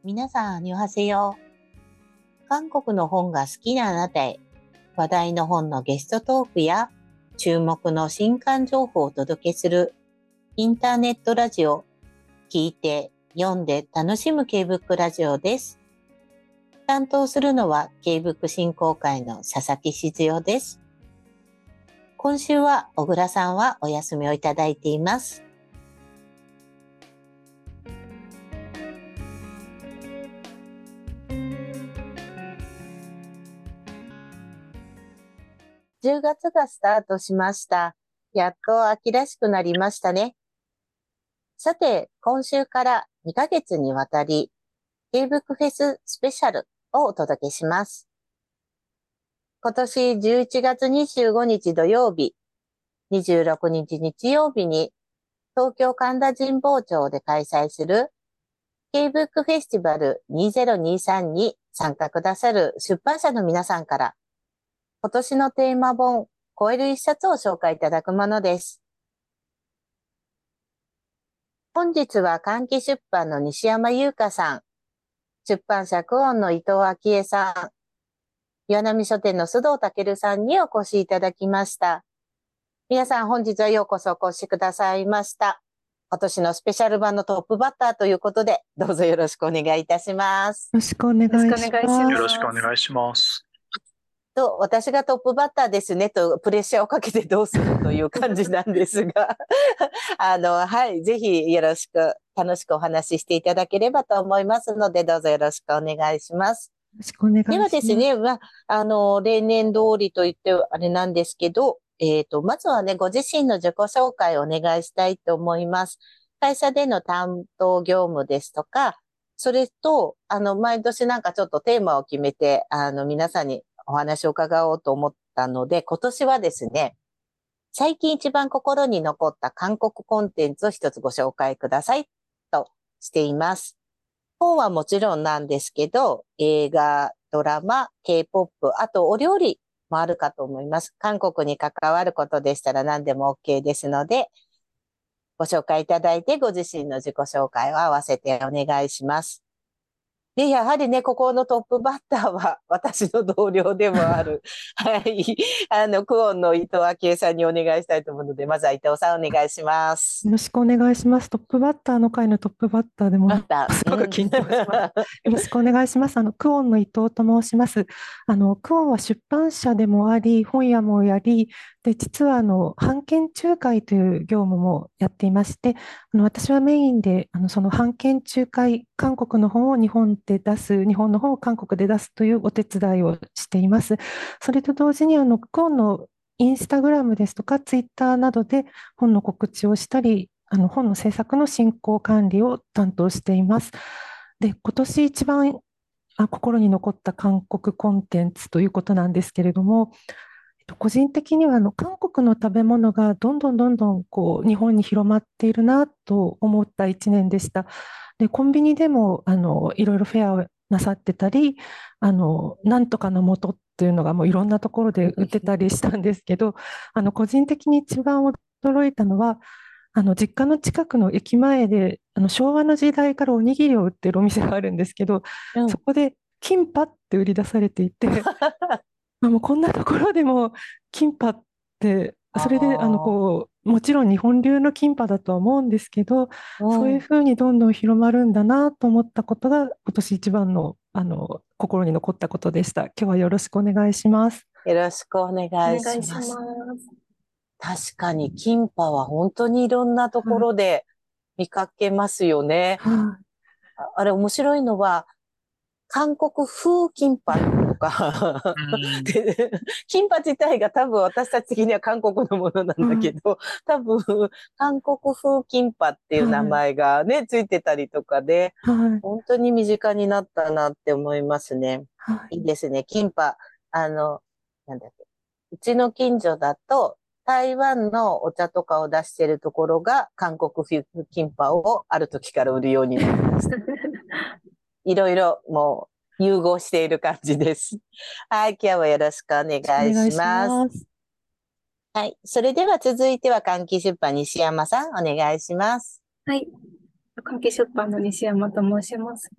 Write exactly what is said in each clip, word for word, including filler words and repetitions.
皆さん、アニョハセヨ。韓国の本が好きなあなたへ、話題の本のゲストトークや注目の新刊情報をお届けするインターネットラジオ、聞いて読んで楽しむ K-ブック ラジオです。担当するのは K-ブック 振興会の佐々木静代です。今週は小倉さんはお休みをいただいています。じゅうがつがスタートしました。やっと秋らしくなりましたね。さて、今週からにかげつにわたり、K-ブック フェススペシャルをお届けします。今年じゅういちがつにじゅうごにち土曜日、にじゅうろくにち日曜日に東京神田神保町で開催する K-ブック フェスティバルにせんにじゅうさんに参加くださる出版社の皆さんから、今年のテーマ本、超える一冊を紹介いただくものです。本日は換気出版の西山優香さん、出版社クオンの伊藤昭恵さん、岩波書店の須藤健さんにお越しいただきました。皆さん本日はようこそお越しくださいました。今年のスペシャル版のトップバッターということで、どうぞよろしくお願いいたします。 よろしくお願いします。 よろしくお願いします。 と、私がトップバッターですねとプレッシャーをかけてどうするという感じなんですが、あの、はい、ぜひよろしく、楽しくお話ししていただければと思いますので、どうぞよろしくお願いします。 よろしくお願いします。 ではですね、まあ、あの、例年通りと言ってあれなんですけど、えっと、まずはね、ご自身の自己紹介をお願いしたいと思います。会社での担当業務ですとか、それと、あの、毎年なんかちょっとテーマを決めて、あの、皆さんにお話を伺おうと思ったので、今年はですね、最近一番心に残った韓国コンテンツを一つご紹介くださいとしています。本はもちろんなんですけど、映画、ドラマ、K-ポップ、あとお料理もあるかと思います。韓国に関わることでしたら何でも OK ですので、ご紹介いただいてご自身の自己紹介を合わせてお願いします。で、やはりね、ここのトップバッターは私の同僚でもある、はい、あの、クオンの伊藤昭恵さんにお願いしたいと思うので、まずは伊藤さんお願いします。 よろしくお願いします。トップバッターの会のトップバッターでも、 バッターすごく緊張します。よろしくお願いします。あの、クオンの伊藤と申します。あの、クオンは出版社でもあり、本屋もやり、で、実はあの、版権仲介という業務もやっていまして、あの、私はメインで、あの、その版権仲介、韓国の本を日本で出す、日本の本を韓国で出すというお手伝いをしています。それと同時に、あの、クオンのインスタグラムですとか、ツイッターなどで本の告知をしたり、あの本の制作の進行管理を担当しています。で、今年一番あ心に残った韓国コンテンツということなんですけれども、えっと個人的にはあの韓国の食べ物がどんどんどんどんこう日本に広まっているなと思ったいちねんでした。で、コンビニでもあのいろいろフェアをなさってたり、あのなんとかの素っていうのがもういろんなところで売ってたりしたんですけど、あの個人的に一番驚いたのは、あの実家の近くの駅前であの昭和の時代からおにぎりを売ってるお店があるんですけど、 うん、 そこでキンパって売り出されていて、あもうこんなところでもキンパって、それであのこうもちろん日本流のキンパだとは思うんですけど、そういうふうにどんどん広まるんだなと思ったことが今年一番の、あの心に残ったことでした。今日はよろしくお願いします。 よろしくお願いします。確かに、キンパは本当にいろんなところで見かけますよね。 はい、 ああれ面白いのは、韓国風キンパとかで、キンパ自体が多分私たち的には韓国のものなんだけど、多分韓国風キンパっていう名前がね、ついてたりとかで、 はい、 本当に身近になったなって思いますね。 はい、 いいですね。キンパ、あの、なんだっけ。うちの近所だと、台湾のお茶とかを出しているところが、韓国風キンパをある時から売るようになりました。いろいろもう融合している感じです。はい、今日はよろしくお願いします。 ますはい、それでは続いては換気出版西山さんお願いします。 はい、換気出版の西山と申します。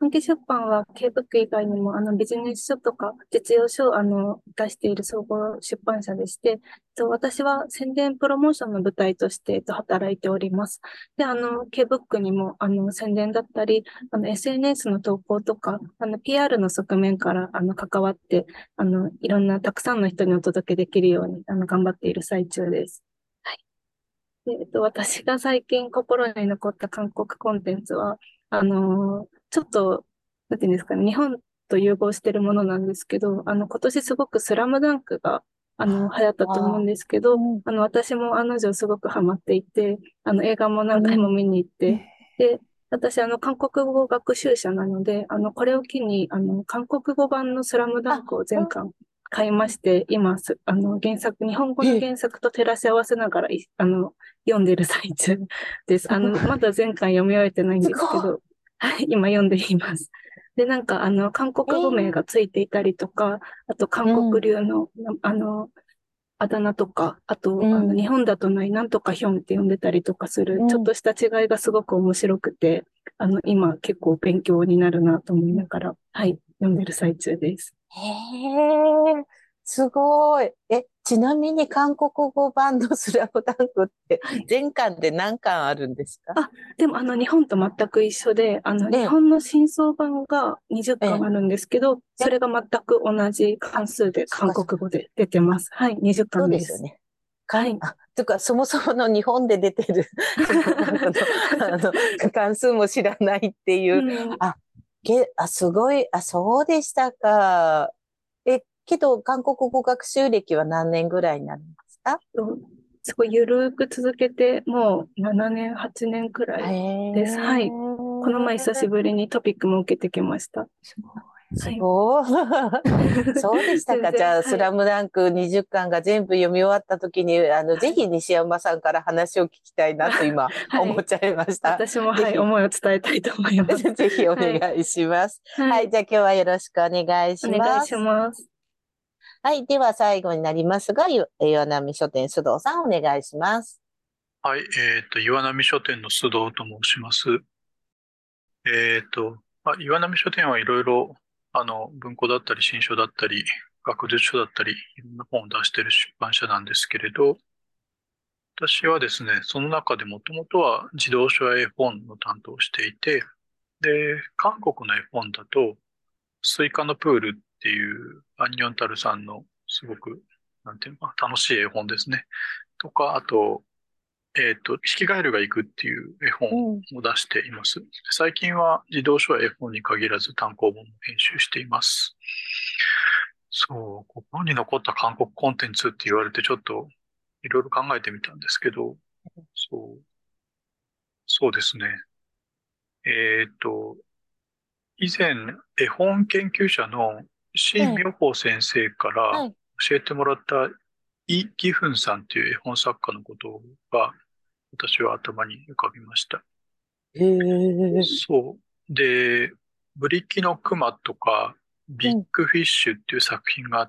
半径出版は K ブック以外にもあのビジネス書とか実用書をあの出している総合出版社でして、えっと私は宣伝プロモーションの舞台として、えっと働いております。で、あの K ブックにもあの宣伝だったり、あの エスエヌエス の投稿とか、あの ピーアール の側面からあの関わって、あのいろんなたくさんの人にお届けできるようにあの頑張っている最中です。はい。で、えっと、私が最近心に残った韓国コンテンツは、あのーちょっと、なんていうんですかね、日本と融合してるものなんですけど、あの、今年すごくスラムダンクが、あの、流行ったと思うんあですけど、 ー、 あの、私も案の定すごくハマっていて、あの、映画もうん、 何回も見に行っえて、で、私、あの、韓国語学習者なので、あの、これを機に、あの、韓国語版のスラムダあ、 ンクをうん、 全巻買いまして、今す、あの、原作、日本語のえ、 原作と照らし合わせながらい、あの、読んでる最中です。 すごい、 あの、まだ前回読み終えてないんすごですけど、はい、今読んでいます。で、なんか、あの、韓い。え国語名ー、 がついていたりとか、あと、 う韓国ん、 流の、なあの、あだ名とか、あと、あの、 うん、 日本だとないなんとかヒョンって呼んでたりとかする、ちょっうん。 とした違いがすごく面白くて、あの、今結構勉強になるなと思いながら、はい、読んでる最中です。 へえ、すごい。え、ちなみに韓国語版のスラムダンクってはい。 全巻で何巻あるんですか？ あ、でもあの日本と全く一緒で、あのええ、 日本の新装版が20 ええ、 巻あるんですけど、そえ、 れが全く同じあ、 関数で韓そっかそっか。 国語で出てまあ、 す。はい、にじゅっかんです。 そうですよね。か、 はい。 あ、とか、そもそもの日本で出てるスラムダンクの、あの、関数も知らないっていう。 うん。 あ、け、あ、すごい、あ、そうでしたか。え、けど、韓国語学習歴は何年ぐらいになるんですか？ とすごいゆるく続けて、もうななねん、はちねんくらへいです。はい。この前久しえ。 ぶりにトピックも受けてきました。 すごい。 すはい。 ごい。そうでしたか。じ全然、 ゃあ、 はい。 スラムダンクにじゅっかんが全部読み終わった時に、あの、ぜひ西山さんから話を聞きたいなと今はい。 思っちゃいました。 私も、はい、 ぜひ、 思いを伝えたいと思います。 ぜひおはい。 願いします。はい。 はい。 じゃあ今日はよろしくお願いしお願いします。 ます。 はい。では最後になりますが、ゆ岩波書店須藤さんお願いします。 はい、えっと、岩波書店の須藤と申します。えっと、まあ、岩波書店はいろいろ、あの、文庫だったり、新書だったり、学術書だったり、いろんな本を出している出版社なんですけれど、私はですね、その中でもともとは自動書や絵本の担当をしていて、で、韓国の絵本だと、スイカのプールっていうアンニョンタルさんのすごく、なんていうのかな、楽しい絵本ですね。とか、あと、えっと、ヒキガエルが行くっていう絵本うん。 を出しています。最近は児童書や絵本に限らず単行本も編集しています。そう、心に残った韓国コンテンツって言われてちょっといろいろ考えてみたんですけど、そう、そうですね。えっと、以前絵本研究者のシン・ええ、 ミョホ先生からはい。 教えてもらったイ・ギフンさんっていう絵本作家のことが私は頭に浮かびました。 へえ。 そう。で、ブリキのクマとか、ビッうん。 グフィッシュっていう作品があって、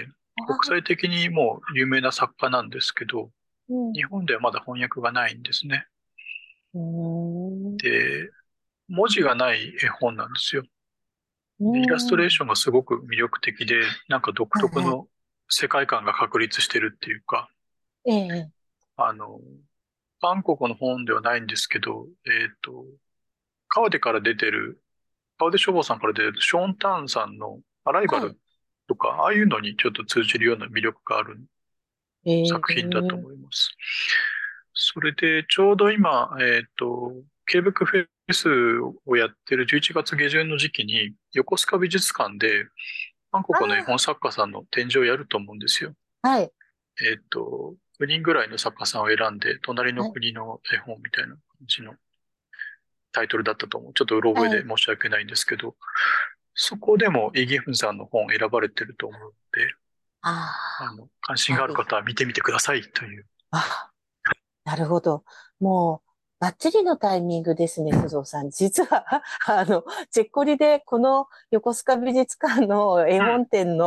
国際あ、 的にもう有名な作家なんですけど、 うん。 日本ではまだ翻訳がないんですね。 うーん。 で、文字がない絵本なんですよ。 うで、イラストレーん。 ションがすごく魅力的で、なんか独特はいはの世界観が確立してるっていうか、 い。ええ、 あの、韓国の本ではないんですけど、えっと、川出から出てる川出書房さんから出るショーン・ターンさんのアライバはい。 ルとか、ああいうのにちょっと通じるような魅力があるえ作品だとえ、 思います。それで、ちょうど今、えっと、ケーブックフェスをやってるじゅういちがつ下旬の時期に、横須賀美術館で、韓国の絵本あ作家さんの展示をやると思うんですよ。 あ、はい。 えっと、きゅうにんぐらいの作家さんを選んで、隣のはい。 国の絵本みたいな感じのタイトルだったと思う。ちょっとうろ覚えではい。 申し訳ないんですけど、そこでもイ・ギフンさんの本選ばれてると思うので、ああの、関心あ、はい。 がある方は見てみてくださいという。 あ、なるほど。もう、バッチリのタイミングですね、須藤さん。実は、あの、チェッコリでこの横須賀美術館の絵うん。 本展の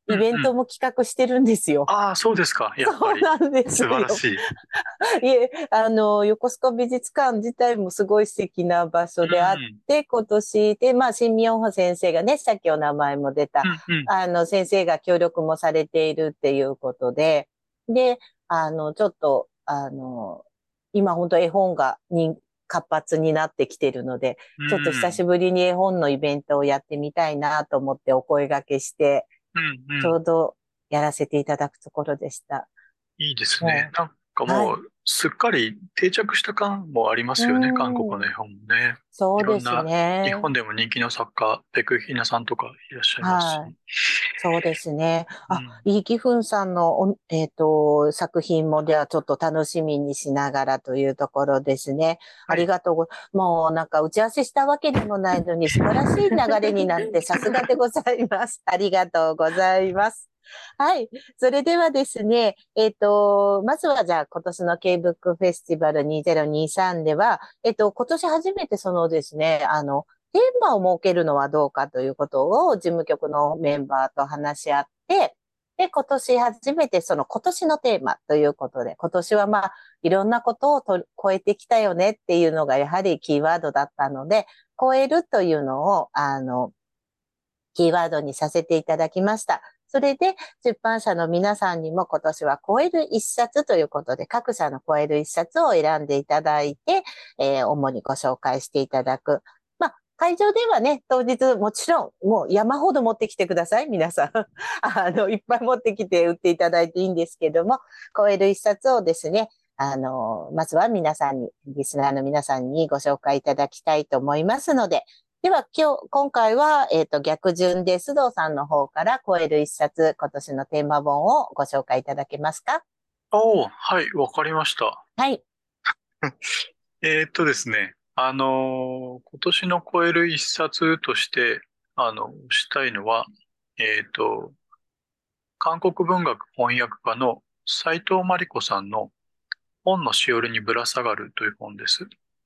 イベントも企画してるんですよ。 ああ、そうですか。やっぱり。 そうなんです素晴らよ。 しい。 いえ、あの、横須賀美術館自体もすごい素敵な場う所であっん。 て、今年で、まあ、新宮穂先生がね、さっきお名前も出た、 うんうん。 あの、先生が協力もされているっていうことで、で、あの、ちょっと、あの、今本当絵本がに活発になってきてるので、 うちょっと久ん。 しぶりに絵本のイベントをやってみたいなと思ってお声掛けして、 うんうん。 ちょうどやらせていただくところでした。 いいですね。 もなんかう、はい。 もう、すっかり定着した感もありまうすよね。韓国ーん。 の絵本もね。 そうですいろんな、日ね。 本でも人気の作家、ペクヒナさんとかいらっしゃいますし。 はい。そうですね。あ、 うん。 イ・ギフンさんのお、えっと、作品もではちょっと楽しみにしながらというところですね。あはい。 りがとうご、もうなんか打ち合わせしたわけでもないのに素晴らしい流れになってさすがでございます。ありがとうございます。はい。それではですね、えっと、まずはじゃあ今年の K-ブック フェスティバルにせんにじゅうさんでは、えっと、今年初めてそのですね、あの、テーマを設けるのはどうかということを事務局のメンバーと話し合って、で、今年初めてその今年のテーマということで、今年はまあ、いろんなことをと超えてきたよねっていうのがやはりキーワードだったので、超えるというのを、あの、キーワードにさせていただきました。それで、出版社の皆さんにも今年は超える一冊ということで、各社の超える一冊を選んでいただいて、えー主にご紹介していただく。まあ、会場ではね、当日もちろん、もう山ほど持ってきてください、皆さん。あの、いっぱい持ってきて売っていただいていいんですけども、超える一冊をですね、あの、まずは皆さんに、リスナーの皆さんにご紹介いただきたいと思いますので、では、今日、今回は、えっと、逆順で須藤さんの方から超える一冊、今年のテーマ本をご紹介いただけますか？ おー、はい、わかりました。 はい。 えーっとですね、あのー今年の超える一冊として、あの、したいのは、えーっと、韓国文学翻訳家の斉藤真理子さんの本のしおりにぶら下がるという本です。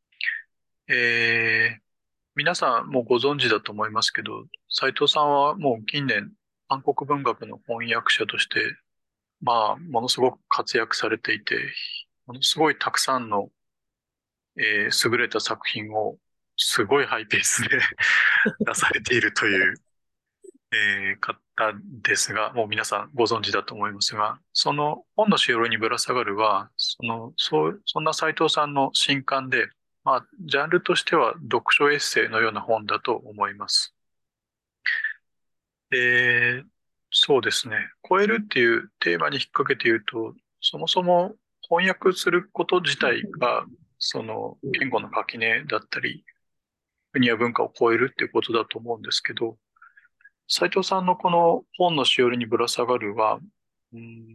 えー皆さんもうご存知だと思いますけど、斉藤さんはもう近年、韓国文学の翻訳者として、まあ、ものすごく活躍されていて、ものすごいたくさんの、えー優れた作品をすごいハイペースで出されているという、えー方ですが、もう皆さんご存知だと思いますが、その本のしおりにぶら下がるは、その、そう、そんな斉藤さんの新刊で、まあ、ジャンルとしては読書エッセイのような本だと思います。で、そうですね。超えるっていうテーマに引っ掛けて言うと、そもそも翻訳すること自体が、その言語の垣根だったり、国や文化を超えるっていうことだと思うんですけど、斉藤さんのこの本のしおりにぶら下がるは、うん、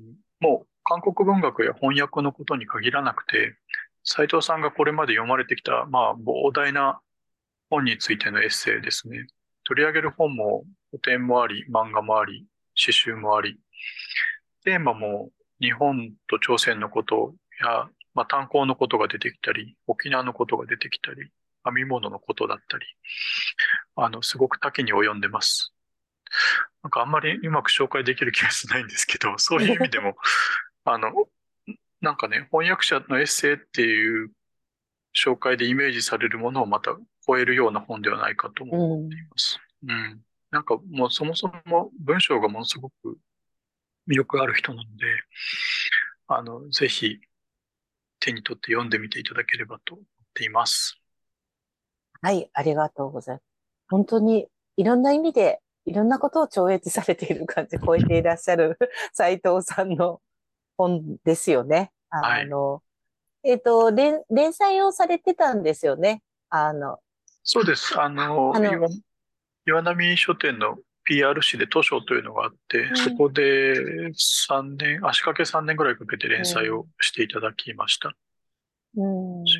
もう韓国文学や翻訳のことに限らなくて、斉藤さんがこれまで読まれてきた、まあ、膨大な本についてのエッセイですね。取り上げる本も古典もあり、漫画もあり、詩集もあり、テーマも日本と朝鮮のことや、まあ、炭鉱のことが出てきたり、沖縄のことが出てきたり、編み物のことだったり、あの、すごく多岐に及んでます。なんかあんまりうまく紹介できる気がしないんですけど、そういう意味でも、あの、なんかね、翻訳者のエッセイっていう紹介でイメージされるものをまた超えるような本ではないかともう思っていん。 ます。うん。なんかもうそもそも文章がものすごく魅力ある人なので、あの、ぜひ手に取って読んでみていただければと思っています。 はい、ありがとうございます。本当に、いろんな意味で、いろんなことを超越されている感じ、超えていらっしゃる斉藤さんの本ですよね。 はい。 あの、えっと、連、連載をされてたんですよね。あの、 そうです。あの、 あの、 岩、岩波書店の ピーアール 誌で図書というのがあって、 うん、 そこでさんねん、足掛けさんねんぐらいかけて連載をうん、 していただきました。 うん、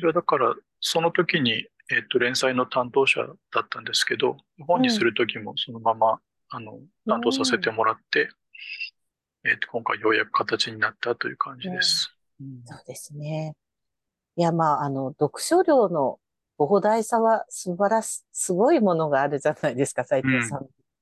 私はだから、その時に、えっと、連載の担当者だったんですけど、本にすうん、 る時もそのまま、あの、 う担当させてん、 もらって、えっと、今回ようやく形になったという感じうん。 です。うん、 そうですね。いや、まあ、あの、読書量の膨大さは素晴らし、すごいものがあるじゃないですか、斉うん、 藤さん。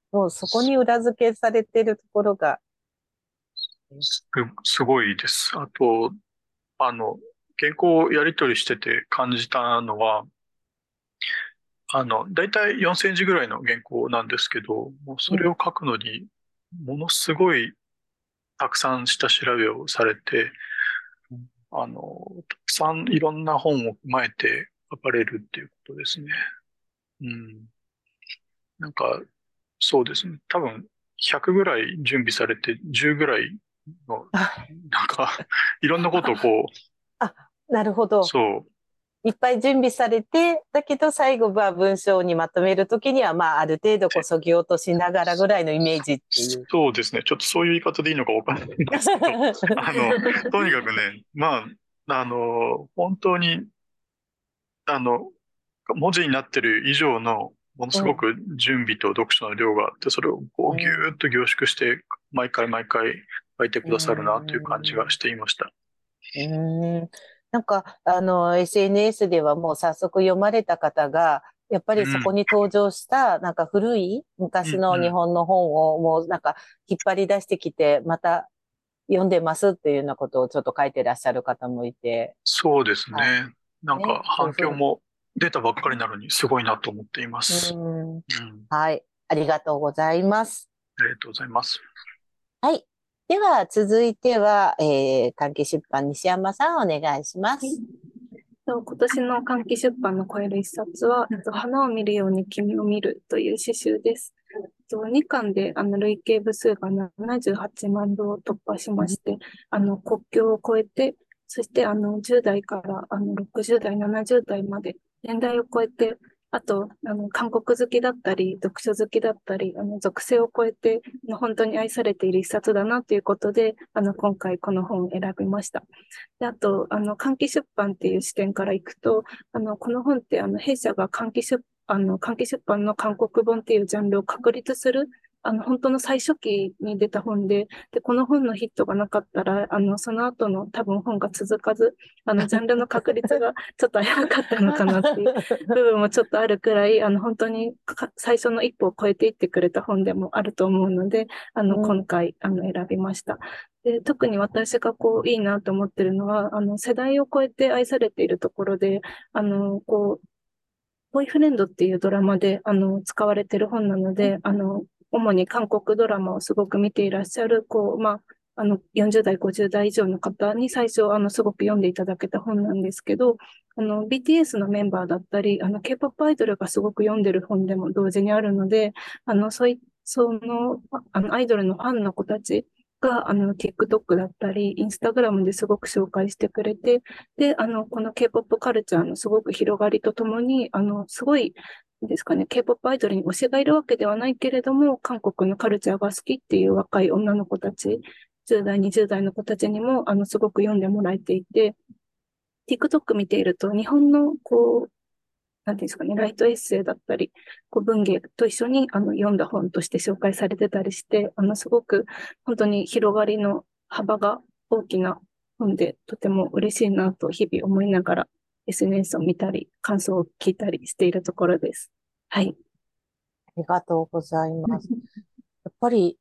もうそこに裏付けされてるところが、 す、すごいです。あと、あの、原稿をやり取りしてて感じたのは、あの、だいたいよんセンチぐらいの原稿なんですけど、もうそれを書くのに、ものすごいたくさん下調べをされて、あの、たくさんいろんな本を踏まえて書かれるっていうことですね。うん。なんか、そうですね。多分、ひゃくぐらい準備されて、じゅうぐらいの、 あ、 なんか、いろんなことをこう、 あ、なるほど。 そう、 いっぱい準備されて、だけど最後は文章にまとめるときには、まあ、ある程度こう、削ぎ落としながらぐらいのイメージっていう。 そうですね。ちょっとそういう言い方でいいのかわかんないんですけど、あの、とにかくね、まあ、あの、本当に、あの、文字になってる以上の、ものうん、 すごく準備と読書の量があって、それをこうぎゅうん、 ーっと凝縮して、毎回毎回書いてうくださるなという感じがん。 していました。 うーん。なんか、あの、エスエヌエス ではもう早速読まれた方が、やっぱりそこうん、 に登場した、なんか古いうん、 昔の日うん。 本の本をもうなんか引っ張り出してきて、また読んでますっていうようなことをちょっと書いてらっしゃる方もいて、 そうですはね。ない。ね、 んかそうそう。 反響も出たばっかりなのにすごいなと思っていまうす。 ーん。 うん、 はい。ありがとうございます。 ありがとうございます。 はい。では、続いては、えー、関係出版西山さん、お願いしまはい。 す。 と今年の換気出版の超える一冊は、えっと花を見るように君を見るという詩集です。えっとにかんであの累計部数がななじゅうはちまん部を突破しまして、あの国境を越えて、そしてあのじゅう代からあのろくじゅう代、ななじゅう代まで年代を超えて、あと、あの、韓国好きだったり、読書好きだったり、あの、属性を超えて、あの本当に愛されている一冊だなということで、あの、今回この本を選びました。で、あと、あの、換気出版っていう視点からいくと、あの、この本って、あの、弊社が換気出、あの、換気出版の韓国本っていうジャンルを確立する、あの、本当の最初期に出た本で、で、この本のヒットがなかったら、あの、その後の多分本が続かず、あの、ジャンルの確立がちょっと危うかったのかなっていう部分もちょっとあるくらい、あの、本当に最初の一歩を超えていってくれた本でもあると思うので、あの、 うん、 今回、あの、選びました。で、特に私がこう、いいなと思ってるのは、あの、世代を超えて愛されているところで、あの、こう、ボーイフレンドっていうドラマで、あの、使われてる本なので、あの、主に韓国ドラマをすごく見ていらっしゃる、こう、まあ、あの、よんじゅう代、ごじゅう代以上の方に最初、あの、すごく読んでいただけた本なんですけど、あの、ビーティーエス のメンバーだったり、あの、K-ポップ アイドルがすごく読んでる本でも同時にあるので、あの、そうい、その、あの、アイドルのファンの子たちが、あの、TikTok だったり、Instagram ですごく紹介してくれて、で、あの、この K-ポップ カルチャーのすごく広がりとともに、あの、すごい、ですかね、K-ポップ アイドルに推しがいるわけではないけれども、韓国のカルチャーが好きっていう若い女の子たち、じゅう代、にじゅう代の子たちにも、あの、すごく読んでもらえていて、TikTok 見ていると、日本の、こう、なんていうんですかね、ライトエッセイだったり、こう文芸と一緒にあの読んだ本として紹介されてたりして、あの、すごく本当に広がりの幅が大きな本で、とても嬉しいなと日々思いながら エスエヌエス を見たり、感想を聞いたりしているところです。はい。 ありがとうございます。やっぱり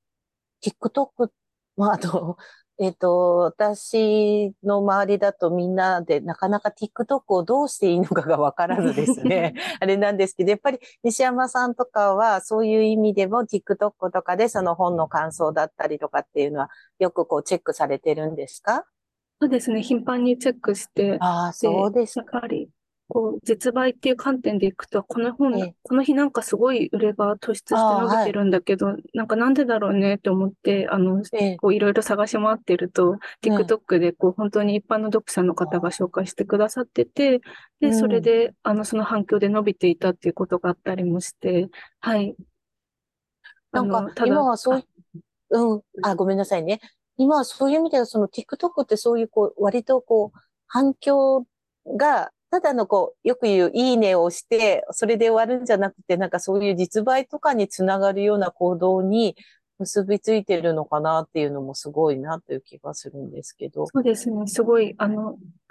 TikTok、まあ、あの、えっと、私の周りだとみんなでなかなか TikTok をどうしていいのかがわからずですね。あれなんですけど、やっぱり西山さんとかはそういう意味でも TikTok とかでその本の感想だったりとかっていうのはよくこうチェックされてるんですか？ そうですね。頻繁にチェックして、 ああ、そで、 うですか。 やっぱり、こう、実売っていう観点でいくと、この本、 ええ、 この日なんかすごい売れが突出してああ、 伸びてはい。 るんだけど、なんかなんでだろうねって思って、あの、 ええ、 こういろいろ探し回ってると、 ええ、 TikTok でこう本当に一般の読者の方が紹介してくださってて、で、それうん。 で、あの、その反響で伸びていたっていうことがあったりもして、はい。あなんかの、ただ、あ、 今はそううん。あ、ごめんなさいね。今はそういう意味では、その TikTok ってそういう、こう、割とこう、反響が、ただのこう、よく言ういいねをして、それで終わるんじゃなくて、なんかそういう実売とかにつながるような行動に結びついてるのかなっていうのもすごいなという気がするんですけど。 そうですね。すごい、あの、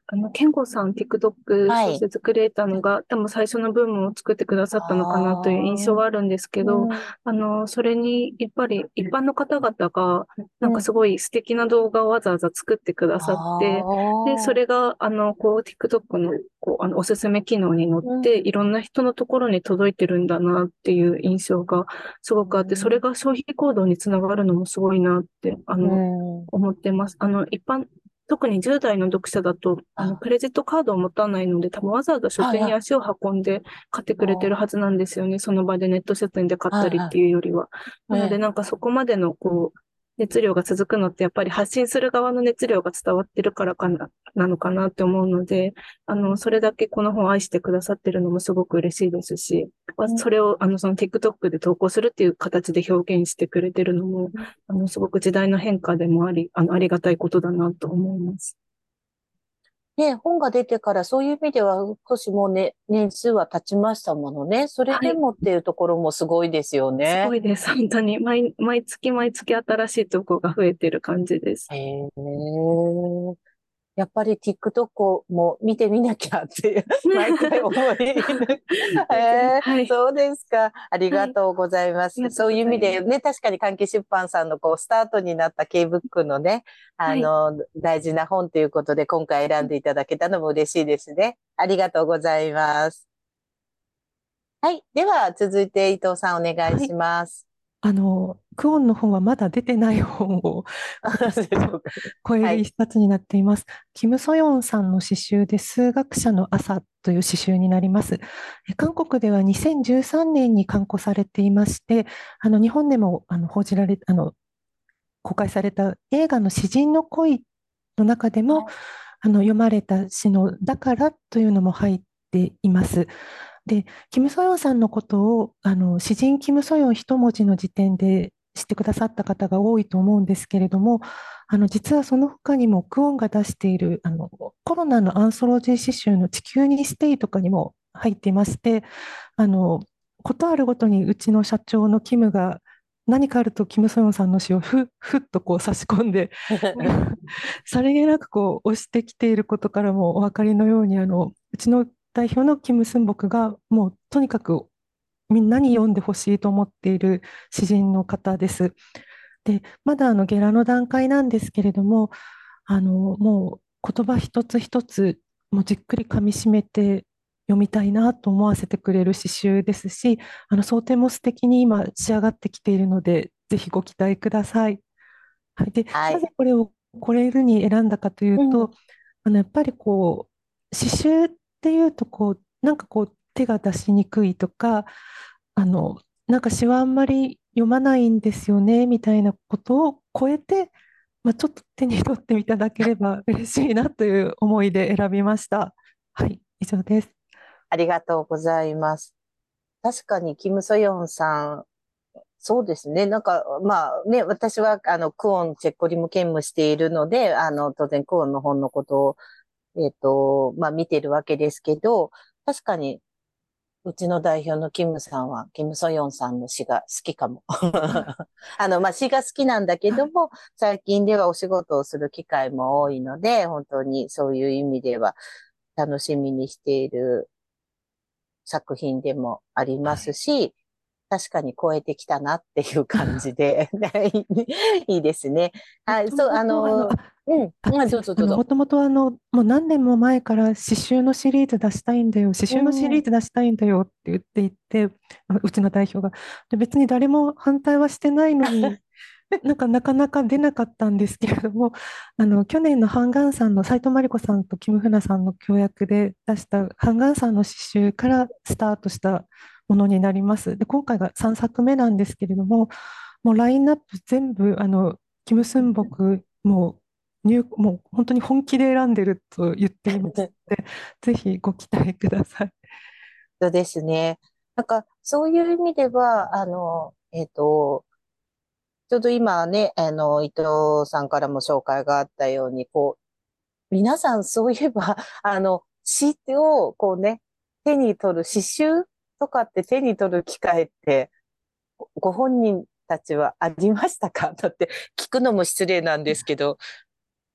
あの、ケンゴさん、TikTok はい。 小説クリエイターのが、多分最初のブームを作ってくださったのかなという印象ああ、 はあるんですけど、 うん、 あの、それに、やっぱり一般の方々が、なんかうん。 すごい素敵な動画をわざわざ作ってくださって、 あで、そあ、 れが、あの、こう、TikTok の、こう、あの、おすすめ機能に乗っうん、 て、いろんな人のところに届いてるんだなっていう印象がすごくあって、それが消費行動につながるのもすごいなって、あうの、 ん。 思ってます。あの、一般、特にじゅう代の読者だと、あの、 あ、 クレジットカードを持たないので、多分わざわざ書はい、はい。 店に足を運んで買ってくれてるはずなんですよね。その場でネット書店で買っはい、 たりってはいうよりは。 い。 なので、 ええ、 なんかそこまでの、こう、熱量が続くのって、やっぱり発信する側の熱量が伝わってるからかな、なのかなって思うので、あの、それだけこの本を愛してくださってるのもすごく嬉しいですし、 うん、 それを、あの、その TikTok で投稿するっていう形で表現してくれてるのも、あの、すごく時代の変化でもあり、あの、ありがたいことだなと思います。 ね、本が出てからそういう意味では少しもうね、年数は経ちましたものね。それはい。 でもっていうところもすごいですよね。 すごいです。本当に。毎、毎月毎月新しいとこが増えてる感じです。 へえ。やっぱり TikTok も見てみなきゃっていう、毎回思い抜く。 全然。 えー、 はい。 そうですか。ありはい。あがとうございます。 りがとうそういう意ございます。 味でね、確かに関係出版さんのこう、スタートになった K-ブック のね、あはい。 の、大事な本ということで、今回選んでいただけたのも嬉しいですね。ありがとうございます。はい。では、続いて伊藤さんお願いしはい。 ます。 あの、クオンの本はまだ出てない本を私をでしょうか。 超える一はい。 冊になっています。キム・ソヨンさんの詩集で数学者の朝という詩集になります。え韓国ではにせんじゅうさんねんに刊行されていまして、あの日本でもあの報じられ、あの公開された映画の詩人の恋の中でもはい。 あの読まれた詩のだからというのも入っています。で、キム・ソヨンさんのことを、あの、詩人キム・ソヨン一文字の時点で知ってくださった方が多いと思うんですけれども、あの、実はその他にもクオンが出している、あの、コロナのアンソロジー詩集の地球にステイとかにも入っていまして、あの、ことあるごとにうちの社長のキムが何かあるとキム・ソヨンさんの詩をふっふっとこう差し込んでさりげなくこう押してきていることからもお分かりのように、あのうちの代表のキム・スンボクがもうとにかくみんなに読んでほしいと思っている詩人の方です。で、まだあのゲラの段階なんですけれども、あのもう言葉一つ一つもうじっくり噛み締めて読みたいなと思わせてくれる詩集ですし、あの想定も素敵に今仕上がってきているので、ぜひご期待ください。はい、で、 はい。 なぜこれをこれに選んだかといううん。 と、あのやっぱりこう刺繍っていうとこうなんかこう手が出しにくいとか、あのなんか詩はあんまり読まないんですよねみたいなことを超えて、まあ、ちょっと手に取っていただければ嬉しいなという思いで選びました。はい、以上です。 ありがとうございます。確かに、キム・ソヨンさん、そうですね。なんか、まあね、私は、あの、クオン、チェッコリも兼務しているので、あの、当然、クオンの本のことを、えっと、まあ、見てるわけですけど、確かに、うちの代表のキムさんは、キム・ソヨンさんの詩が好きかも。あの、まあ、詩が好きなんだけども、最近ではお仕事をする機会も多いので、本当にそういう意味では楽しみにしている作品でもありますはい。 し、確かに超えてきたなっていう感じで、いいですね。はい、 もとそう、あもと、あの、 の、 あ、 うん、 あ、 まあ、 すいません。あの、 どうぞどうぞ。 もともと、あの、もう何年も前から刺繍のシリーズ出したいんだよ、刺繍のシうん、うん。 リーズ出したいんだよって言っていて、あうちの代表が。で、別に誰も反対はしてないのに、なんかなかなか出なかったんですけれども、あの、去年のハンガンさんの斉藤真理子さんとキム・フナさんの協約で出したハンガンさんの刺繍からスタートしたものになります。で、今回がさんさくめなんですけれども、もうラインナップ全部、あの、キム・スンボク、もう、入もう本当に本気で選んでると言っていますので、ぜひご期待ください。 そうですね。なんか、そういう意味では、あの、えっと、ちょうど今ね、あの、伊藤さんからも紹介があったように、こう、皆さんそういえば、あの、詩を、こうね、手に取る、詩集とかって手に取る機会って、ご本人たちはありましたか？だって聞くのも失礼なんですけど、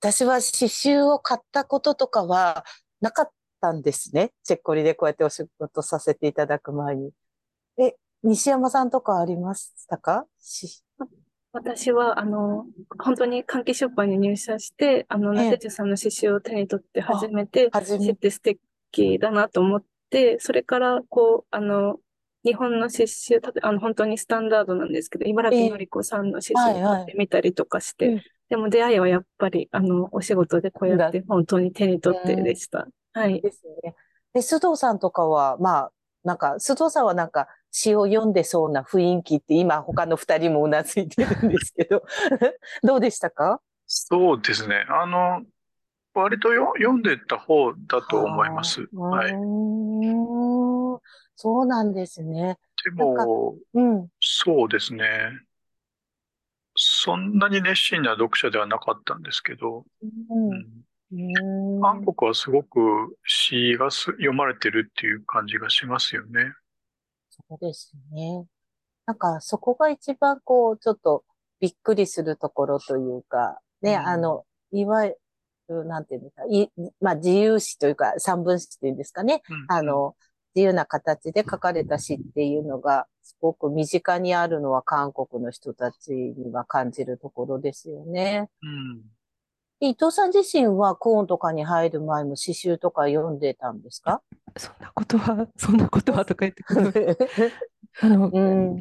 私は刺繍を買ったこととかはなかったんですね。チェッコリでこうやってお仕事させていただく前に。え、西山さんとかありましたかし、 私は、あの、本当に換気出版に入社して、あの、ナテええ、 チュさんの刺繍を手に取って初あ、 めてはじめ、 知って素敵だなと思って、それから、こう、あの、日本の刺繍、たとあの、本当にスタンダードなんですけど、茨城のええ、 り子さんの刺繍を買っはいはい。 てみたりとかして、 うん、 でも出会いはやっぱり、あの、お仕事でこうやっだ、 て本当に手に取ってうん、 でした。はい。 ですね。で、須藤さんとかは、まあ、なんか、須藤さんはなんか詩を読んでそうな雰囲気って今他の二人もうなずいてるんですけど、どうでしたか？ そうですね。あの、割とよ読んでた方だと思いまはあ、 す。 うはい。 ーん、そうなんですね。 でなんか、 も、 うん、 そうですね。そんなに熱心な読者ではなかったんですけど、 うん、ううん、韓ーん、 国はすごく詩がす読まれてるっていう感じがしますよね。 そうですね。なんか、そこが一番こう、ちょっとびっくりするところというか、ね、あうん。 の、いわゆる、なんていうんですか、い、まあ、自由詩というか、三文詩というんですかね。 うん。うん。 あの、自由な形で書かれた詩っていうのが、すごく身近にあるのは韓国の人たちには感じるところですよね。 うん。 伊藤さん自身はクオンとかに入る前も詩集とか読んでたんですか？ そんなことは、そんなことはとか言ってくる。あの、 うん、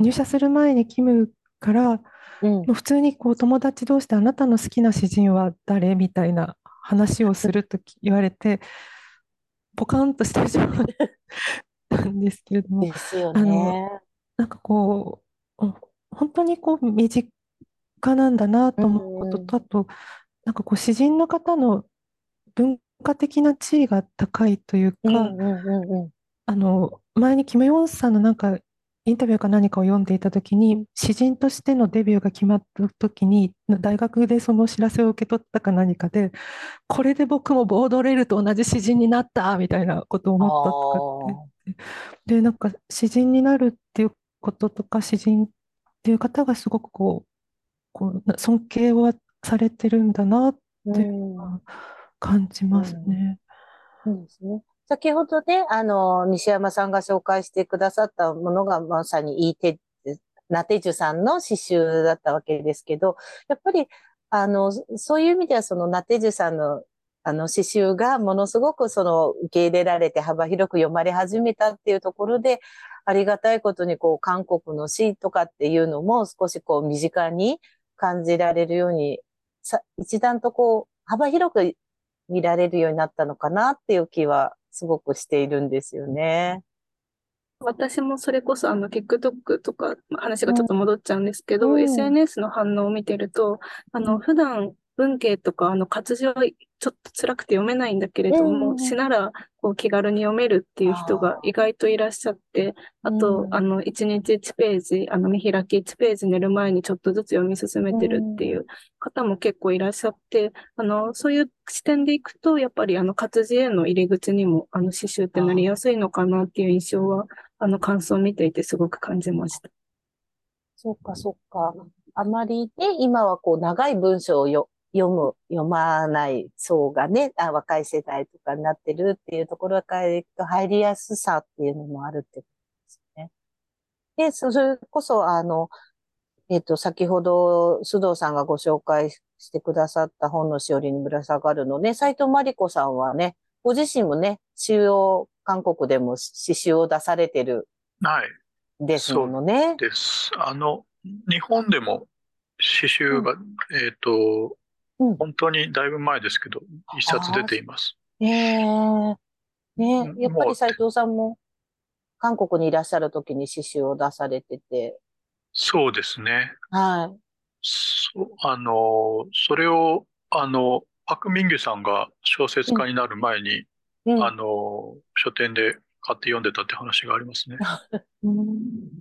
入社する前にキムから、 うん。 もう普通にこう友達同士であなたの好きな詩人は誰みたいな話をするとき言われて、ポカンとしてしまったんですけれども、 ですよあの、 ね。 なんかこう、うん本当にこう身近なんだなうと思うことん、 と、あと、なんかこう詩人の方の文化的な地位が高いといううん、 か、 うん、うん、うん。 あの、前にキム・ヨンさんのなんかインタビューか何かを読んでいたときに、詩人としてのデビューが決まったときに、大学でそのお知らせを受け取ったか何かで、これで僕もボードレールと同じ詩人になったみたいなことをあ思ったとかって。 あ、 で、なんか詩人になるっていうこととか、詩人っていう方がすごくこう、こうな尊敬をされてるんだなっうていうのん、 は感じますうん。 ね。 そうですね。先ほどね、あの、西山さんが紹介してくださったものがまさにいい手、ナテジュさんの詩集だったわけですけど、やっぱり、あの、そういう意味ではそのナテジュさんのあの詩集がものすごくその受け入れられて幅広く読まれ始めたっていうところで、ありがたいことにこう韓国の詩とかっていうのも少しこう身近に感じられるように、さ、一段とこう幅広く見られるようになったのかなっていう気はすごくしているんですよね。 私もそれこそあの TikTok とかまあ話がちょっとうん、 戻っちゃうんですけど、 うん、 エスエヌエス の反応を見てると、あのうん、 普段文系とかあの活字はちょっと辛くて読めないんだけれうども、 ん、うん。 詩ならこう気軽に読めるっていう人が意ああ、 外といらっしゃって、 うあとあん、 のいちにちいちページ、あの見開きいちページ寝る前にちょっとずつ読み進めうてるっていん。 う方も結構いらっしゃって、あのそういう視点でいくと、やっぱりあの活字への入り口にもあの詩集ってなりやああ、 すいのかなっていう印象はあの感想を見ていてすごく感じました。 そっか、そっか。あまりね、今はこう長い文章をよ読む、読まない層がね、あ、若い世代とかになってるっていうところからいくと入りやすさっていうのもあるってことですね。で、それこそ、あの、えっと、先ほど須藤さんがご紹介してくださった本のしおりにぶら下がるのね、斉藤真理子さんはね、ご自身もね、詩を、韓国でも詩集を出されてるはい。 んですもそうのね。 です。あの、日本でも詩集が、 うん、 えっと、 うん。 本当にだいぶ前ですけど、一冊出ああ、 ています。 ええね、やっぱもう、 り斉藤さんも韓国にいらっしゃる時に詩集を出されてて、 そうですね。 はそう、あの、それを、あの、パク・ミンギュさんが小説い。うん、 家になる前に、あうん。 の、書店で買って読んでたって話がありますね。 うん、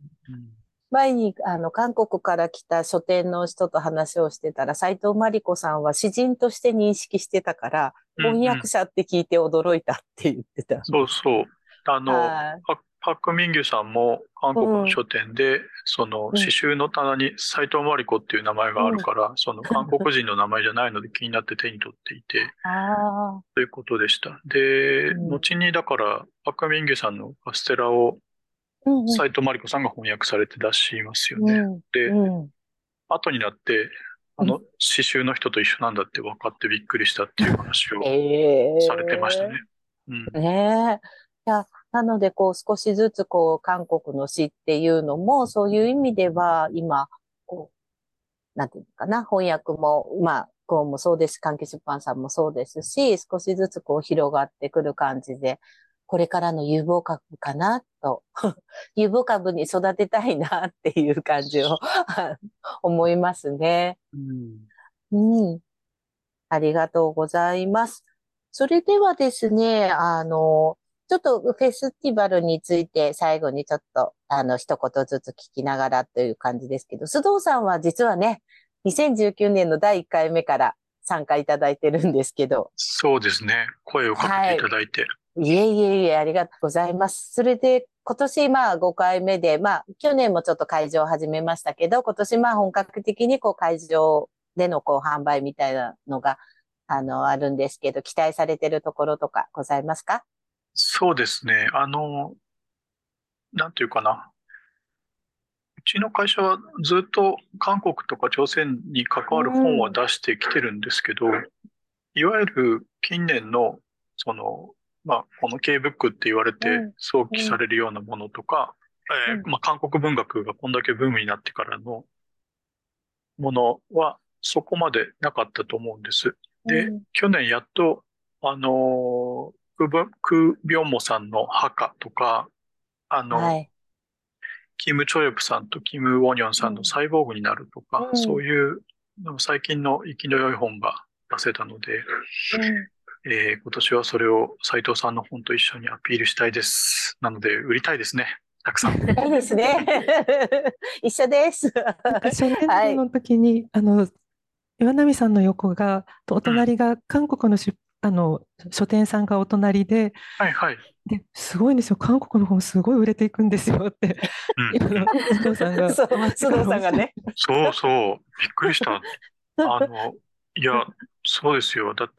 うん。 前に、あの、韓国から来た書店の人と話をしてたら、斉藤真理子さんは詩人として認識してたから、 うんうん。 翻訳者って聞いて驚いたって言ってたんそうです。 そう。あの、 はパパク・ミンギュさんも韓国の書店で、その詩集の棚に斎藤真理子っていう名前があるから、その韓国人の名前じゃないので気になって手に取っていて、 ああ、 ということでした。で、 うん後にだから、パク・ミンギュさんのカステラをうんうん斎藤真理子さんが翻訳されて出しますよね。 うんで、 うん後になって、あの詩集の人と一緒なんだって分かってびっくりしたっていう話をえされてましたね。うん。 えねえ。いや、なので、こう、少しずつ、こう、韓国の詩っていうのも、そういう意味では、今、こう、なんていうのかな、翻訳も、まあ、こうもそうですし、関係出版さんもそうですし、少しずつこう広がってくる感じで、これからの有望株かなと、有望株に育てたいなっていう感じを思いますね。 うん。 うん。ありがとうございます。それではですね、あの、ちょっとフェスティバルについて最後にちょっと、あの、一言ずつ聞きながらという感じですけど、須藤さんは実はね、にせんじゅうきゅうねんのだいいっかいめから参加いただいてるんですけど、 そうですね。声をかけていただいて。 いえいえいえ、ありがとうございます。それで、今年まあごかいめで、まあ去年もちょっと会場を始めましたけど、今年まあ本格的にこう会場でのこう販売みたいなのが、あの、あるんですけど、期待されてるところとかございますか？ そうですね。あの、なんていうかな。うちの会社はずっと韓国とか朝鮮に関わる本は出してきてるんですけど、いわゆる近年の、その、まあ、この K-ブックって言われて想起されるようなものとか、えーまあ、韓国文学がこんだけブームになってからのものはそこまでなかったと思うんです。で、 うん去年やっと、あのークブ、クビョンモさんの墓とか、あの、 はい。 キム・チョヨプさんとキム・ウォニョンさんのサイボーグになるとか、 うんそういう最近の生きの良い本が出せたので、 うんえー今年はそれを斉藤さんの本と一緒にアピールしたいです。なので、売りたいですね。たくさん。 いいですね。一緒です。 なんか初年はい。 度の時に、あの、岩波さんの横が、とお隣が韓国の出、あの、書店さんがお隣で、 はいはい。 で、すごいんですよ。韓国の本すごい売れていくんですよって、 うん。 今の須藤さんがそう、 回って須からおっしゃっ藤さんがね。 そうそう。びっくりした。あの、いや、そうですよ。だって、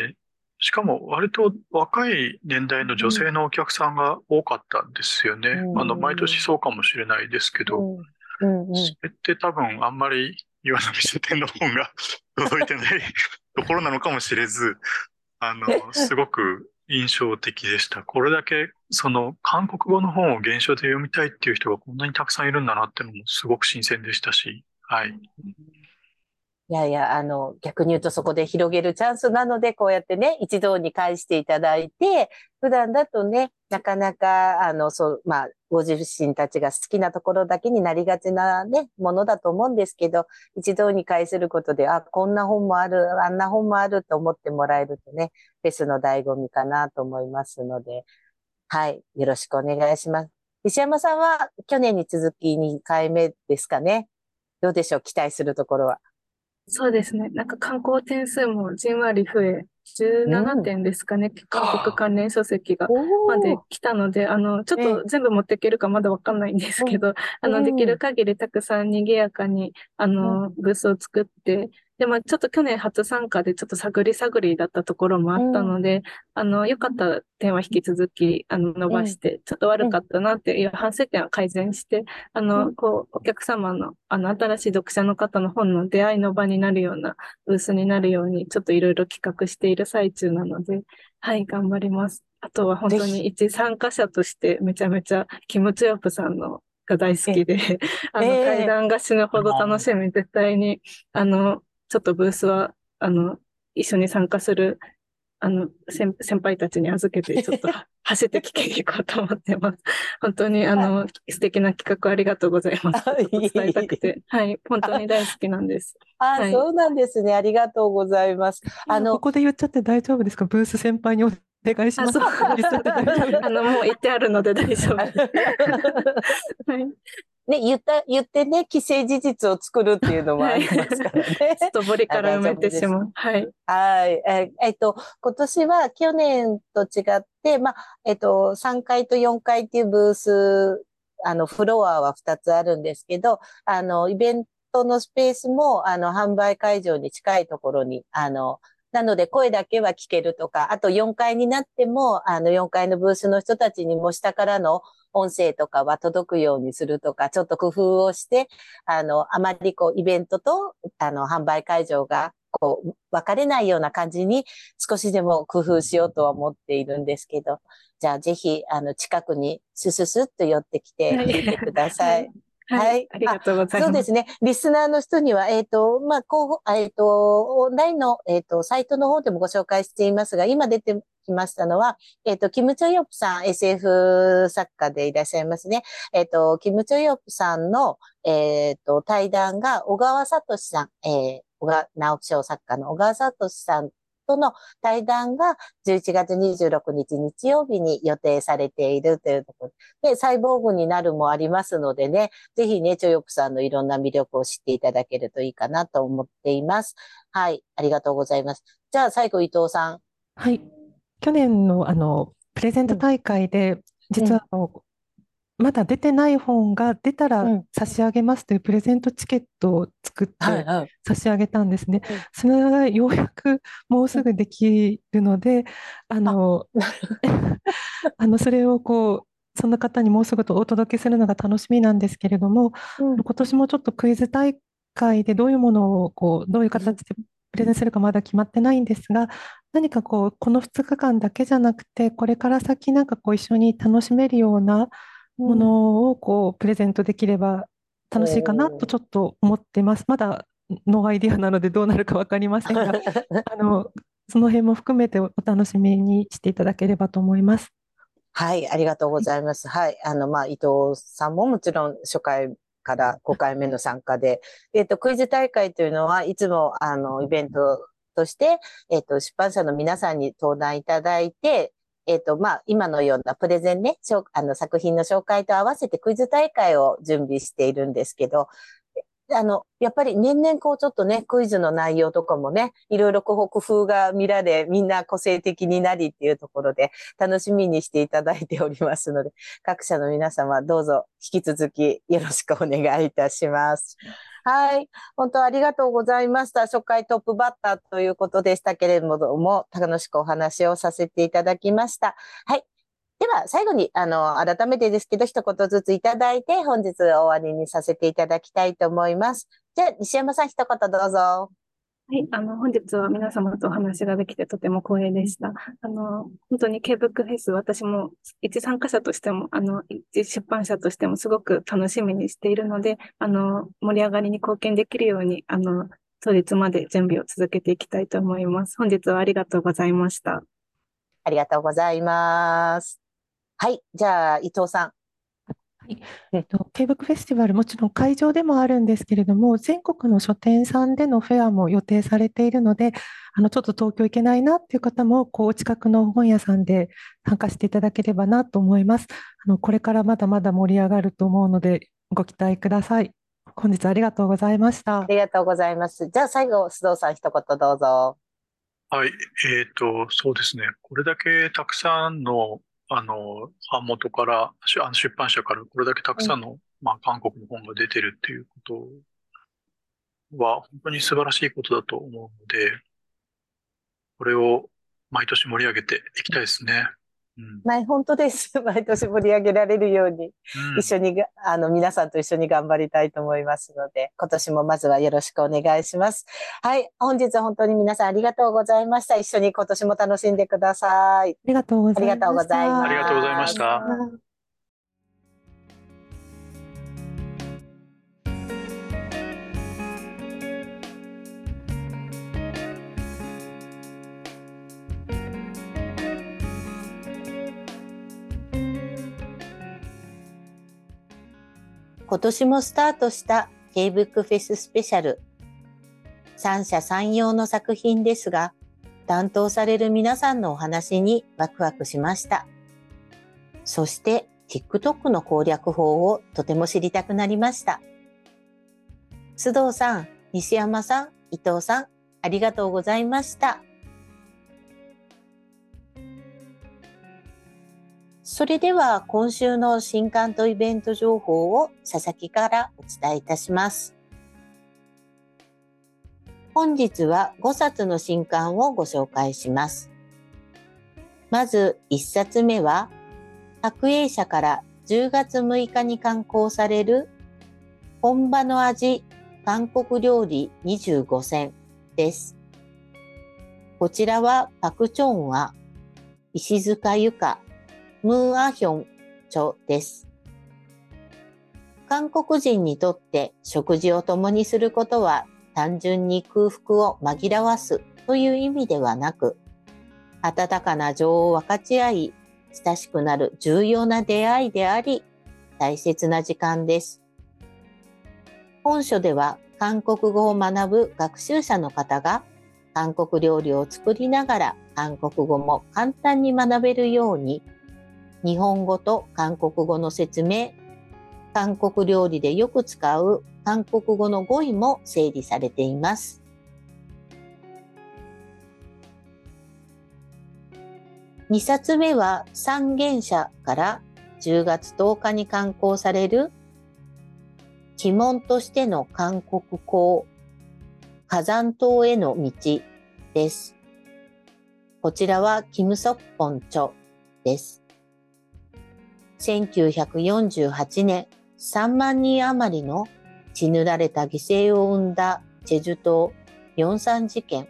しかも割と若い年代の女性のお客さんが多かったんですよね。 うんあの、毎年そうかもしれないですけど、 うんうんうんそれって多分あんまり岩波書店の本が届いてないところなのかもしれず、あの、すごく印象的でした。これだけ、その、韓国語の本を原書で読みたいっていう人がこんなにたくさんいるんだなっていうのもすごく新鮮でしたし、はい。 いやいや、あの、逆に言うとそこで広げるチャンスなので、こうやってね、一堂に会していただいて、普段だとね、なかなか、あの、そう、まあ、ご自身たちが好きなところだけになりがちなね、ものだと思うんですけど、一堂に会することで、あ、こんな本もある、あんな本もあると思ってもらえるとね、フェスの醍醐味かなと思いますので、はい、よろしくお願いします。石山さんは去年に続きにかいめですかね。どうでしょう、期待するところは。 そうですね。なんか観光点数もじんわり増え、じゅうななてんですかね。韓国関連書籍がまでおー。 来たので、あの、ちょっえと全部持っていけるかまだわかんないんですけど、あの、できる限りたくさん賑やかに、あの、ブースを作って、で、まあちょっと去年初参加でちょっと探り探りだったところもあったので、あの、良かった点は引き続き、あの、伸ばして、ちょっと悪かったなっていう反省点は改善して、あの、こう、お客様の、あの、新しい読者の方の本の出会いの場になるようなブースになるように、ちょっといろいろ企画している最中なので、はい、頑張ります。あとは本当に一参加者としてめちゃめちゃキム・ツヨプさんのが大好きで、あの、対談が死ぬほど楽しみ、絶対に、あの、ちょっとブースは、あの、一緒に参加する、あの、先、先輩たちに預けて、ちょっと走って聞きに行こうと思ってます。本当に、あの、素敵な企画ありがとうございます。伝えたくて。はい、本当に大好きなんです。 あ、 はい、 そうなんですね。ありがとうございます。あの、 ここで言っちゃって大丈夫ですか？ブース先輩にお願いします。 あ、そう。 言っちゃって大丈夫ですあの、もう言ってあるので大丈夫です。はい。 ね、言った、言ってね、既成事実を作るっていうのもありますからね。 ちょっと堀から埋めてしまう。はい。 はい。え、えっと、今年は去年と違っで、まあ、えっと、さんがいとよんかいっていうブース、あの、フロアはふたつあるんですけど、あの、イベントのスペースも、あの、販売会場に近いところに、あの、なので声だけは聞けるとか、あとよんかいになっても、あのよんかいのブースの人たちにも下からの音声とかは届くようにするとか、ちょっと工夫をして、あの、あまりこうイベントと、あの、販売会場がこう分かれないような感じに少しでも工夫しようとは思っているんですけど、じゃあぜひ、あの、近くにスススッと寄ってきて聞いてください。 はい。 はい。 ありがとうございます。 そうですね。リスナーの人には、えっと、まあ、こう、えっと、オンラインの、えっと、サイトの方でもご紹介していますが、今出てきましたのは、えっと、キム・チョヨプさん、エスエフ 作家でいらっしゃいますね。えっと、キム・チョヨプさんの、えっと、対談が、小川聡さん、えー、小川直木賞作家の小川聡さんとの対談がじゅういちがつにじゅうろくにち日曜日に予定されているというところで、サイボーグになるもありますのでね、ぜひね、チョヨプさんのいろんな魅力を知っていただけるといいかなと思っています。はい、ありがとうございます。じゃあ最後、伊藤さん。 はい。去年のあの、プレゼントうん、 大会で、 う実ん、 はあの、まだ出てない本が出たらうん。 差し上げますというプレゼントチケットを作っはい、 てはい。 差し上げたんですね。 うん、 それがようやくもううん。 すぐできるので、ああ、 の、あの、それをこう、その方にもうすぐとお届けするのが楽しみなんですけれども、 うん、 今年もちょっとクイズ大会でどういうものをこう、どういううん、 形でプレゼンするかまだ決まってないんですが、何かこう、このふつかかんだけじゃなくて、これから先なんかこう一緒に楽しめるようなもうん。 のをこうプレゼントできれば楽しいかなとおー。 ちょっと思ってます。まだノーアイディアなのでどうなるか分かりませんが、あの、その辺も含めてお楽しみにしていただければと思います。 はい、ありがとうごはい、 ざいます。はい。あの、まあ、伊藤さんももちろん初回からごかいめの参加で、えっと、クイズ大会というのはいつも、あの、イベントとして、えっと、出版社の皆さんに登壇いただいて、えっと、まあ、今のようなプレゼンね、しょあの、作品の紹介と合わせてクイズ大会を準備しているんですけど、あの、やっぱり年々こうちょっとね、クイズの内容とかもね、いろいろこう工夫が見られ、みんな個性的になりっていうところで楽しみにしていただいておりますので、各社の皆様どうぞ引き続きよろしくお願いいたします。はい。本当ありがとうございました。初回トップバッターということでしたけれども、楽しくお話をさせていただきました。はい。では、最後に、あの、改めてですけど、一言ずついただいて、本日終わりにさせていただきたいと思います。じゃあ、西山さん、一言どうぞ。 はい、あの、本日は皆様とお話ができてとても光栄でした。あの、本当に K-ブック フェス、私も一参加者としても、あの、一出版社としてもすごく楽しみにしているので、あの、盛り上がりに貢献できるように、あの、当日まで準備を続けていきたいと思います。本日はありがとうございました。 ありがとうございます。はい。じゃあ、伊藤さん。 はい、 うん、 えっと、K-ブック フェスティバル、もちろん会場でもあるんですけれども、全国の書店さんでのフェアも予定されているので、あのちょっと東京行けないなっていう方も、こうお近くの本屋さんで参加していただければなと思います。あのこれからまだまだ盛り上がると思うので、ご期待ください。本日はありがとうございました。 ありがとうございます。じゃあ、最後、須藤さん、一言どうぞ。 はい。えっと、そうですね。これだけたくさんの、あの、版元から、しあの出版社からこれだけたくうん、 さんの、まあ、韓国の本が出てるっていうことは、本当に素晴らしいことだと思うので、これを毎年盛り上げていきたいですね。うん。 はい、本当です。毎年盛り上げられるように、 うん。 一緒にが、あの、皆さんと一緒に頑張りたいと思いますので、今年もまずはよろしくお願いします。はい。本日は本当に皆さんありがとうございました。一緒に今年も楽しんでください。 ありがとうごありがとうざいましございた。 ありがとうございまます。 した。 今年もスタートした K-ブック フェススペシャル。三者三様の作品ですが、担当される皆さんのお話にワクワクしました。そして TikTok の攻略法をとても知りたくなりました。須藤さん、西山さん、伊藤さん、ありがとうございました。 それでは今週の新刊とイベント情報を佐々木からお伝えいたします。本日はごさつの新刊をご紹介します。まずいっさつめは、白英社からじゅうがつむいかに刊行される本場の味韓国料理にじゅうごせんです。こちらはパクチョンは石塚ゆか、ムーアヒョン著です。韓国人にとって食事を共にすることは単純に空腹を紛らわすという意味ではなく、温かな情を分かち合い、親しくなる重要な出会いであり、大切な時間です。本書では韓国語を学ぶ学習者の方が韓国料理を作りながら韓国語も簡単に学べるように、日本語と韓国語の説明、韓国料理でよく使う韓国語の語彙も整理されています。にさつめは三元社からじゅうがつとおかに刊行される鬼門としての韓国行、火山島への道です。こちらはキム・ソッポン著です。せんきゅうひゃくよんじゅうはちねん、さんまんにん余りの血塗られた犠牲を生んだチェジュ島ヨンサン事件。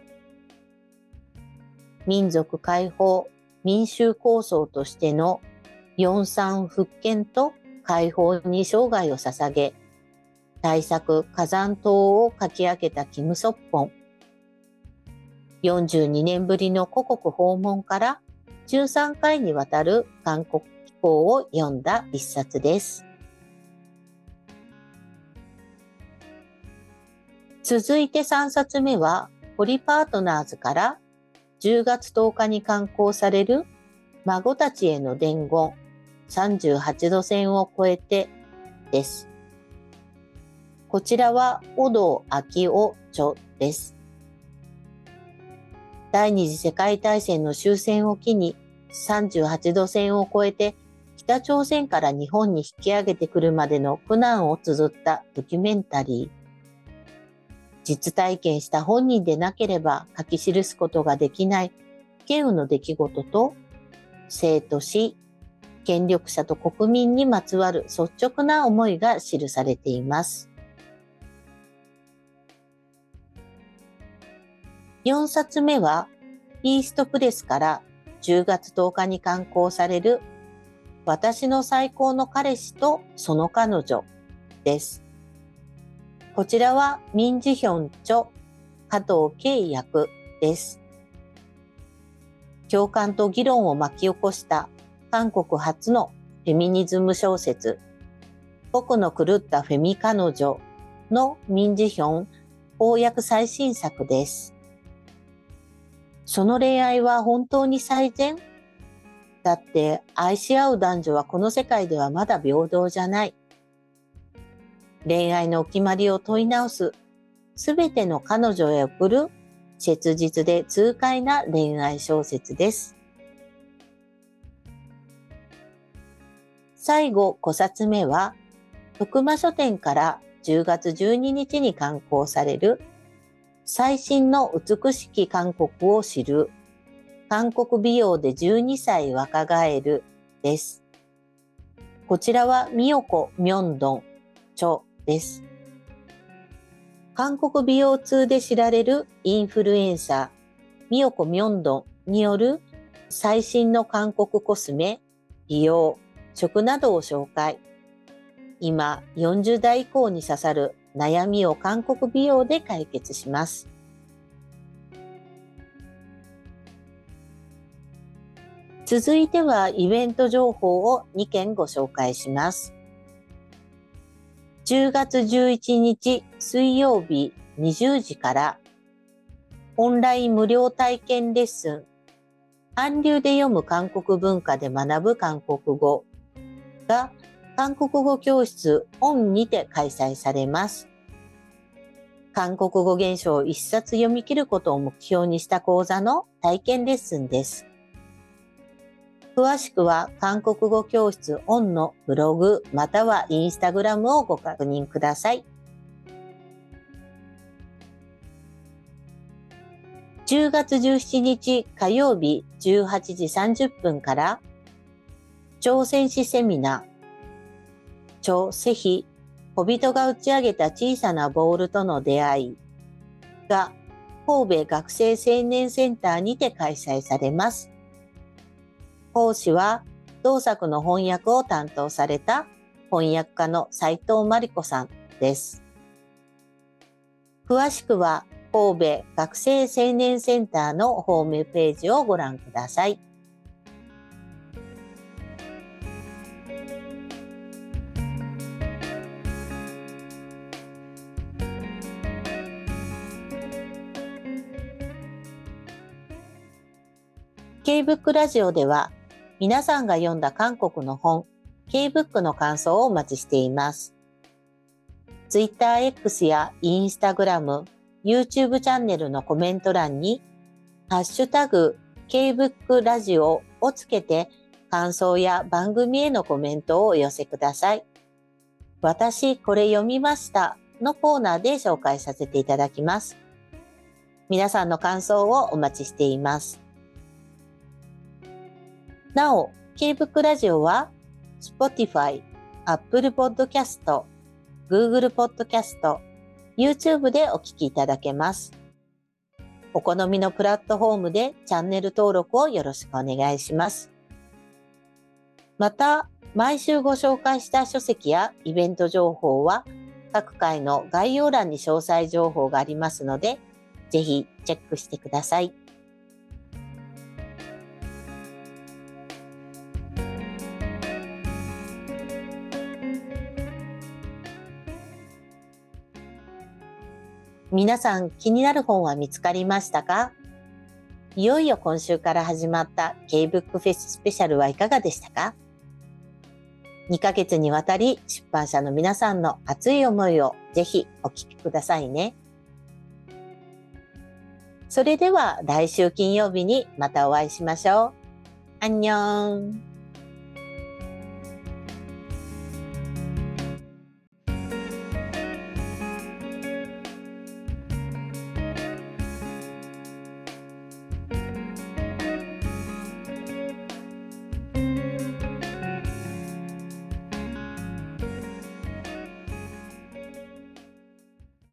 民族解放、民衆構想としてのヨンサン復権と解放に生涯を捧げ、大作火山島を書き上げたキム・ソッポン。よんじゅうにねんぶりの故国訪問からじゅうさんかいにわたる韓国寄港を読んだ一冊です。続いてさんさつめは、ポリパートナーズからじゅうがつとおかに刊行される孫たちへの伝言さんじゅうはちどせんを超えてです。こちらは小堂昭夫著です。第二次世界大戦の終戦を機にさんじゅうはちどせんを超えて北朝鮮から日本に引き上げてくるまでの苦難を綴ったドキュメンタリー。実体験した本人でなければ書き記すことができない稀有の出来事と、生と死、権力者と国民にまつわる率直な思いが記されています。よんさつめは、イーストプレスからじゅうがつとおかに刊行される私の最高の彼氏とその彼女です。こちらはミン・ジヒョン著、加藤圭役です。共感と議論を巻き起こした韓国初のフェミニズム小説、僕の狂ったフェミ彼女のミン・ジヒョン翻訳最新作です。その恋愛は本当に最善？だって愛し合う男女はこの世界ではまだ平等じゃない。恋愛のお決まりを問い直す、すべての彼女へ送る切実で痛快な恋愛小説です。最後ごさつめは、徳間書店からじゅうがつじゅうににちに刊行される最新の美しき韓国を知る、韓国美容でじゅうにさい若返るです。こちらはミヨコ・ミョンドン著です。韓国美容通で知られるインフルエンサー、ミヨコ・ミョンドンによる最新の韓国コスメ、美容、食などを紹介。今、よんじゅうだい以降に刺さる悩みを韓国美容で解決します。続いてはイベント情報をにけんご紹介します。じゅうがつじゅういちにち水曜日にじゅうじからオンライン無料体験レッスン、韓流で読む韓国文化で学ぶ韓国語が韓国語教室オンにて開催されます。韓国語原書を一冊読み切ることを目標にした講座の体験レッスンです。 詳しくは韓国語教室オンのブログまたはインスタグラムをご確認ください。じゅうがつじゅうしちにち火曜日じゅうはちじさんじゅっぷんから朝鮮史セミナー、朝世碑、小人が打ち上げた小さなボールとの出会いが神戸学生青年センターにて開催されます。講師は同作の翻訳を担当された翻訳家の斉藤真理子さんです。詳しくは神戸学生青年センターのホームページをご覧ください。K-ブック ラジオでは皆さんが読んだ韓国の本、K-ブック の感想をお待ちしています。Twitter X や Instagram、YouTube チャンネルのコメント欄に、ハッシュタグ K-ブック ラジオをつけて感想や番組へのコメントをお寄せください。私これ読みましたのコーナーで紹介させていただきます。皆さんの感想をお待ちしています。なお、K-ブック ラジオは Spotify、Apple Podcast、Google Podcast、YouTube でお聞きいただけます。お好みのプラットフォームでチャンネル登録をよろしくお願いします。また、毎週ご紹介した書籍やイベント情報は各回の概要欄に詳細情報がありますので、ぜひチェックしてください。皆さん気になる本は見つかりましたか？いよいよ今週から始まった K-ブック フェススペシャルはいかがでしたか？にかげつにわたり出版社の皆さんの熱い思いをぜひお聞きくださいね。それでは来週金曜日にまたお会いしましょう。アンニョン。